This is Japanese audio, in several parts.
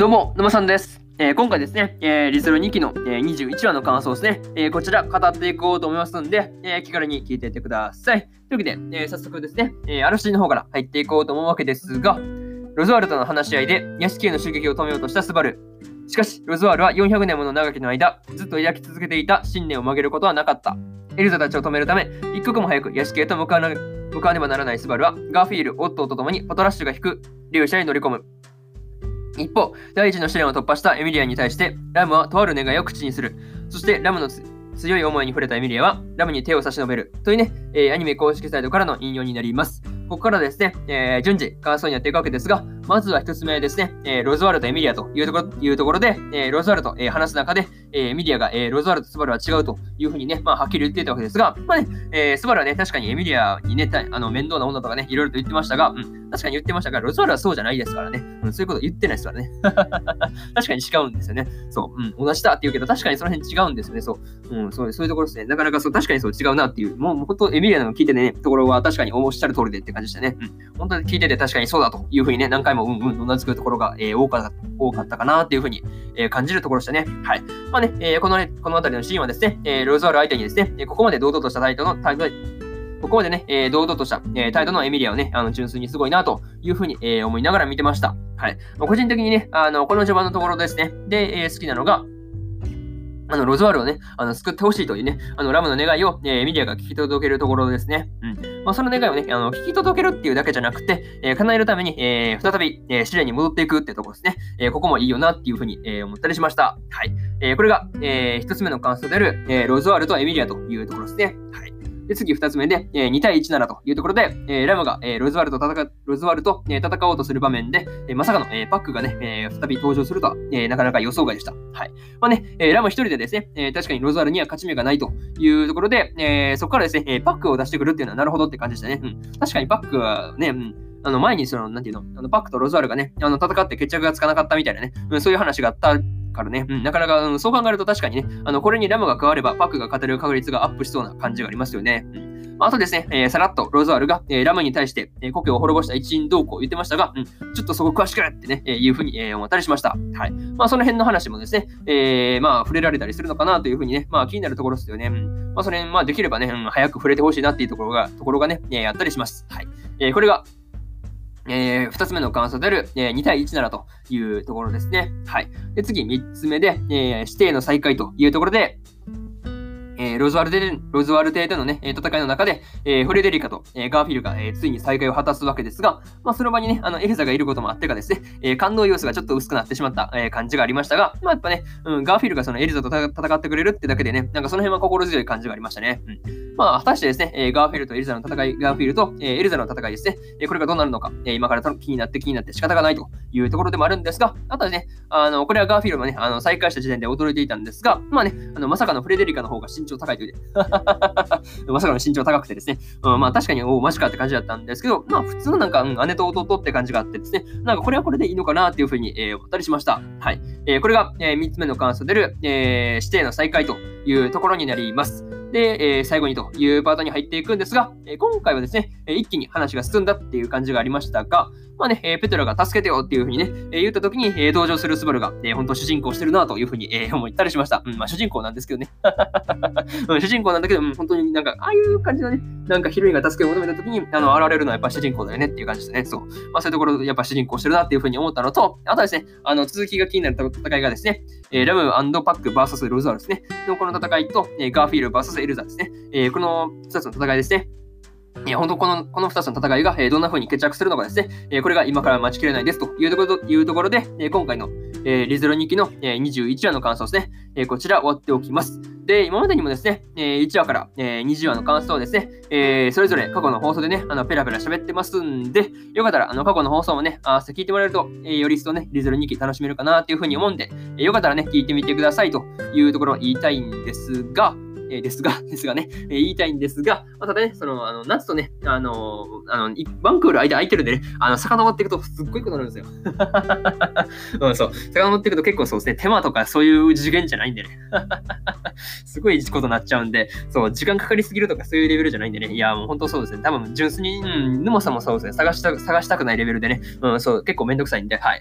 どうも、沼さんです。今回ですね、リズル2期の、21話の感想ですね、こちら語っていこうと思いますんで、気軽に聞いていってください。というわけで、早速ですね、あらすじの方から入っていこうと思うわけですが、ロズワルとの話し合いで屋敷への襲撃を止めようとしたスバル。しかし、ロズワルは400年もの長きの間、ずっと抱き続けていた信念を曲げることはなかった。エルザたちを止めるため、一刻も早く屋敷へと向かわねばならないスバルは、ガーフィール、オットーと共にパトラッシュが引く竜車に乗り込む。一方、第一の試練を突破したエミリアに対して、ラムはとある願いを口にする。そして、ラムの強い思いに触れたエミリアは、ラムに手を差し伸べる。というね、アニメ公式サイトからの引用になります。ここからですね、順次感想になっていくわけですが、まずは一つ目ですね、ロズワルとエミリアというところで、ロズワルと、話す中で、エミリアが、ロズワルとスバルは違うというふうにね、はっきり言っていたわけですが、スバルはね、確かにエミリアにね、面倒な女とかね、いろいろと言ってましたが、確かに言ってましたが、ロズワルはそうじゃないですからね。そういうこと言ってないですからね。確かに違うんですよね。そう、同じだって言うけど、確かにその辺違うんですよね。そういうところですね。なかなかそう、確かにそう違うなっていう、もう本当エミリアの聞いてね、ところは確かにおっしゃる通りでって感じでしたね。本当に聞いてて確かにそうだというふうにね、何回もうなずくところが、多かったかなっていうふうに、感じるところでしたね。はい。この辺りのシーンはですね、ロズワル相手にですね、ここまで堂々とした態度のエミリアをね、純粋にすごいなというふうに、思いながら見てました。はい。個人的にね、この序盤のところですね、で、好きなのが、ロズワルをね、救ってほしいというね、ラムの願いを、エミリアが聞き届けるところですね。その願いをね、聞き届けるっていうだけじゃなくて、叶えるために、再び、試練に戻っていくっていうところですね。ここもいいよなっていうふうに、思ったりしました。はい。これが、一つ目の感想である、ロズワルとエミリアというところですね。はい。で、次二つ目で、2対1ならというところで、ラムが、ロズワルと戦おうとする場面で、まさかの、パックがね、再び登場するとは、なかなか予想外でした。はい。ラム一人でですね、確かにロズワルには勝ち目がないというところで、そこからですね、パックを出してくるっていうのはなるほどって感じでしたね。確かにパックはね、前になんていうの、パックとロズワルがね、戦って決着がつかなかったみたいなね、そういう話があったからね、なかなか、そう考えると確かにね、これにラムが加わればパックが勝てる確率がアップしそうな感じがありますよね。あとですね、さらっとロズワルが、ラムに対して、故郷を滅ぼした一員同行を言ってましたが、ちょっとそこ詳しくってね、いうふうに、思ったりしました。はい。その辺の話もですね、触れられたりするのかなというふうにね、気になるところですよね。それ、できればね、早く触れてほしいなっていうところがね、あったりします。はい。これが、2つ目の感想である、2対1ならというところですね。はい。で、次3つ目で、指定の再開というところで、ロズワル邸でのね、戦いの中で、フレデリカと、ガーフィールが、ついに再会を果たすわけですが、その場にね、エルザがいることもあってかですね、感動要素がちょっと薄くなってしまった、感じがありましたが、やっぱね、ガーフィールがそのエルザと戦ってくれるってだけでね、なんかその辺は心強い感じがありましたね。果たしてですね、ガーフィールとエルザの戦いこれがどうなるのか、今から気になって仕方がないというところでもあるんですが、あとはね、これはガーフィールもね、再開した時点で驚いていたんですが、まさかのフレデリカの方が身長高いというまさかの身長高くてですね、確かに、マジかって感じだったんですけど、普通のなんか、姉と弟って感じがあってですね、なんかこれはこれでいいのかなっていうふうに、思ったりしました。はい。これが、3つ目の感想である、指定の再開というところになります。で、最後にというパートに入っていくんですが、今回はですね、一気に話が進んだっていう感じがありましたが、ペトラが助けてよっていうふうにね、言った時に、登場するスバルが、本当主人公してるなというふうに、思ったりしました。主人公なんですけどね。主人公なんだけど、本当になんか、ああいう感じのね、なんかヒロインが助けを求めた時に、現れるのはやっぱ主人公だよねっていう感じですね。そう。そういうところ、やっぱ主人公してるなっていうふうに思ったのと、あとはですね、続きが気になる戦いがですね、ラムパック VS ロズワルですね。この戦いと、ガーフィール VS エルザですね。この2つの戦いですね。本当この2つの戦いが、どんな風に決着するのかですね、これが今から待ちきれないですというところで、今回の、リゼロ2期の、21話の感想ですね、こちら終わっておきます。で、今までにもですね、1話から、20話の感想をですね、それぞれ過去の放送でね、ペラペラ喋ってますんで、よかったら、過去の放送もね、聞いてもらえると、より一層ね、リゼロ2期楽しめるかなっていう風に思うんで、よかったらね、聞いてみてくださいというところを言いたいんですが、 ですがね、言いたいんですが、ただね、夏とね、ワンクール間空いてるんでね、遡っていくとすっごいことになるんですよ。そう、遡っていくと結構そうですね、手間とかそういう次元じゃないんでね。すごいことになっちゃうんで、そう、時間かかりすぎるとかそういうレベルじゃないんでね、いや、もう本当そうですね、多分純粋に、沼さんもそうですね、探したくないレベルでね、そう、結構めんどくさいんで、はい。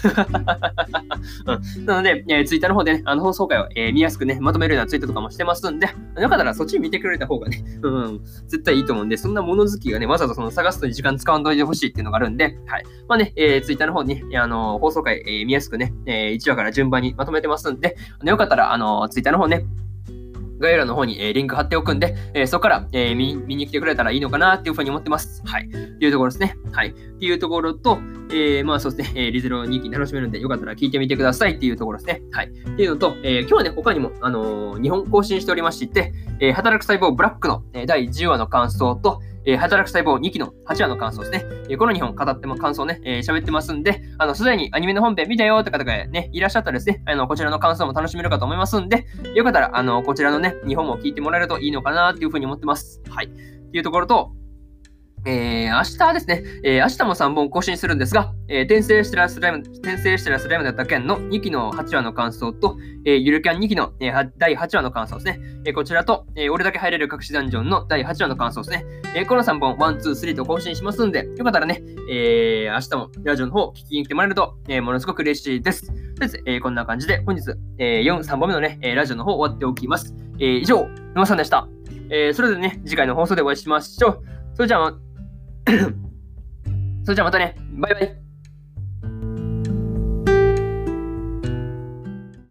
なので、ツイッターの方でね、放送回を、見やすくね、まとめるようなツイートとかもしてますんで、よかったらそっち見てくれた方がね、絶対いいと思うんで、そんな物好きがね、わざわざ探すのに時間使わんといてほしいっていうのがあるんで、はい。まあね、ツイッターの方に、放送回、見やすくね、1話から順番にまとめてますんで、よかったら、ツイッターの方ね、概要欄の方に、リンク貼っておくんで、そこから、見に来てくれたらいいのかなっていうふうに思ってます。はい。っていうところですね。はい。っていうところと、まあそうですね、リゼロ2期楽しめるんで、よかったら聞いてみてくださいっていうところですね。はい。っていうのと、今日はね、他にも、2本更新しておりまして、働く細胞ブラックの、第10話の感想と、働く細胞2期の8話の感想ですね。この2本語っても感想ね、喋ってますんで、すでにアニメの本編見たよって方がね、いらっしゃったらですね、こちらの感想も楽しめるかと思いますんで、よかったら、こちらのね、2本も聞いてもらえるといいのかなっていうふうに思ってます。はい。っていうところと、明日ですね、明日も3本更新するんですが、転生したらスライムだった件の2期の8話の感想と、ゆるキャン2期の、第8話の感想ですね。こちらと、俺だけ入れる隠しダンジョンの第8話の感想ですね。この3本、1、2、3と更新しますんで、よかったらね、明日もラジオの方聞きに来てもらえると、ものすごく嬉しいです。とりあえず、こんな感じで、本日、3本目のね、ラジオの方終わっておきます。以上、沼さんでした。それではね、次回の放送でお会いしましょう。それじゃあまたね。バイバイ。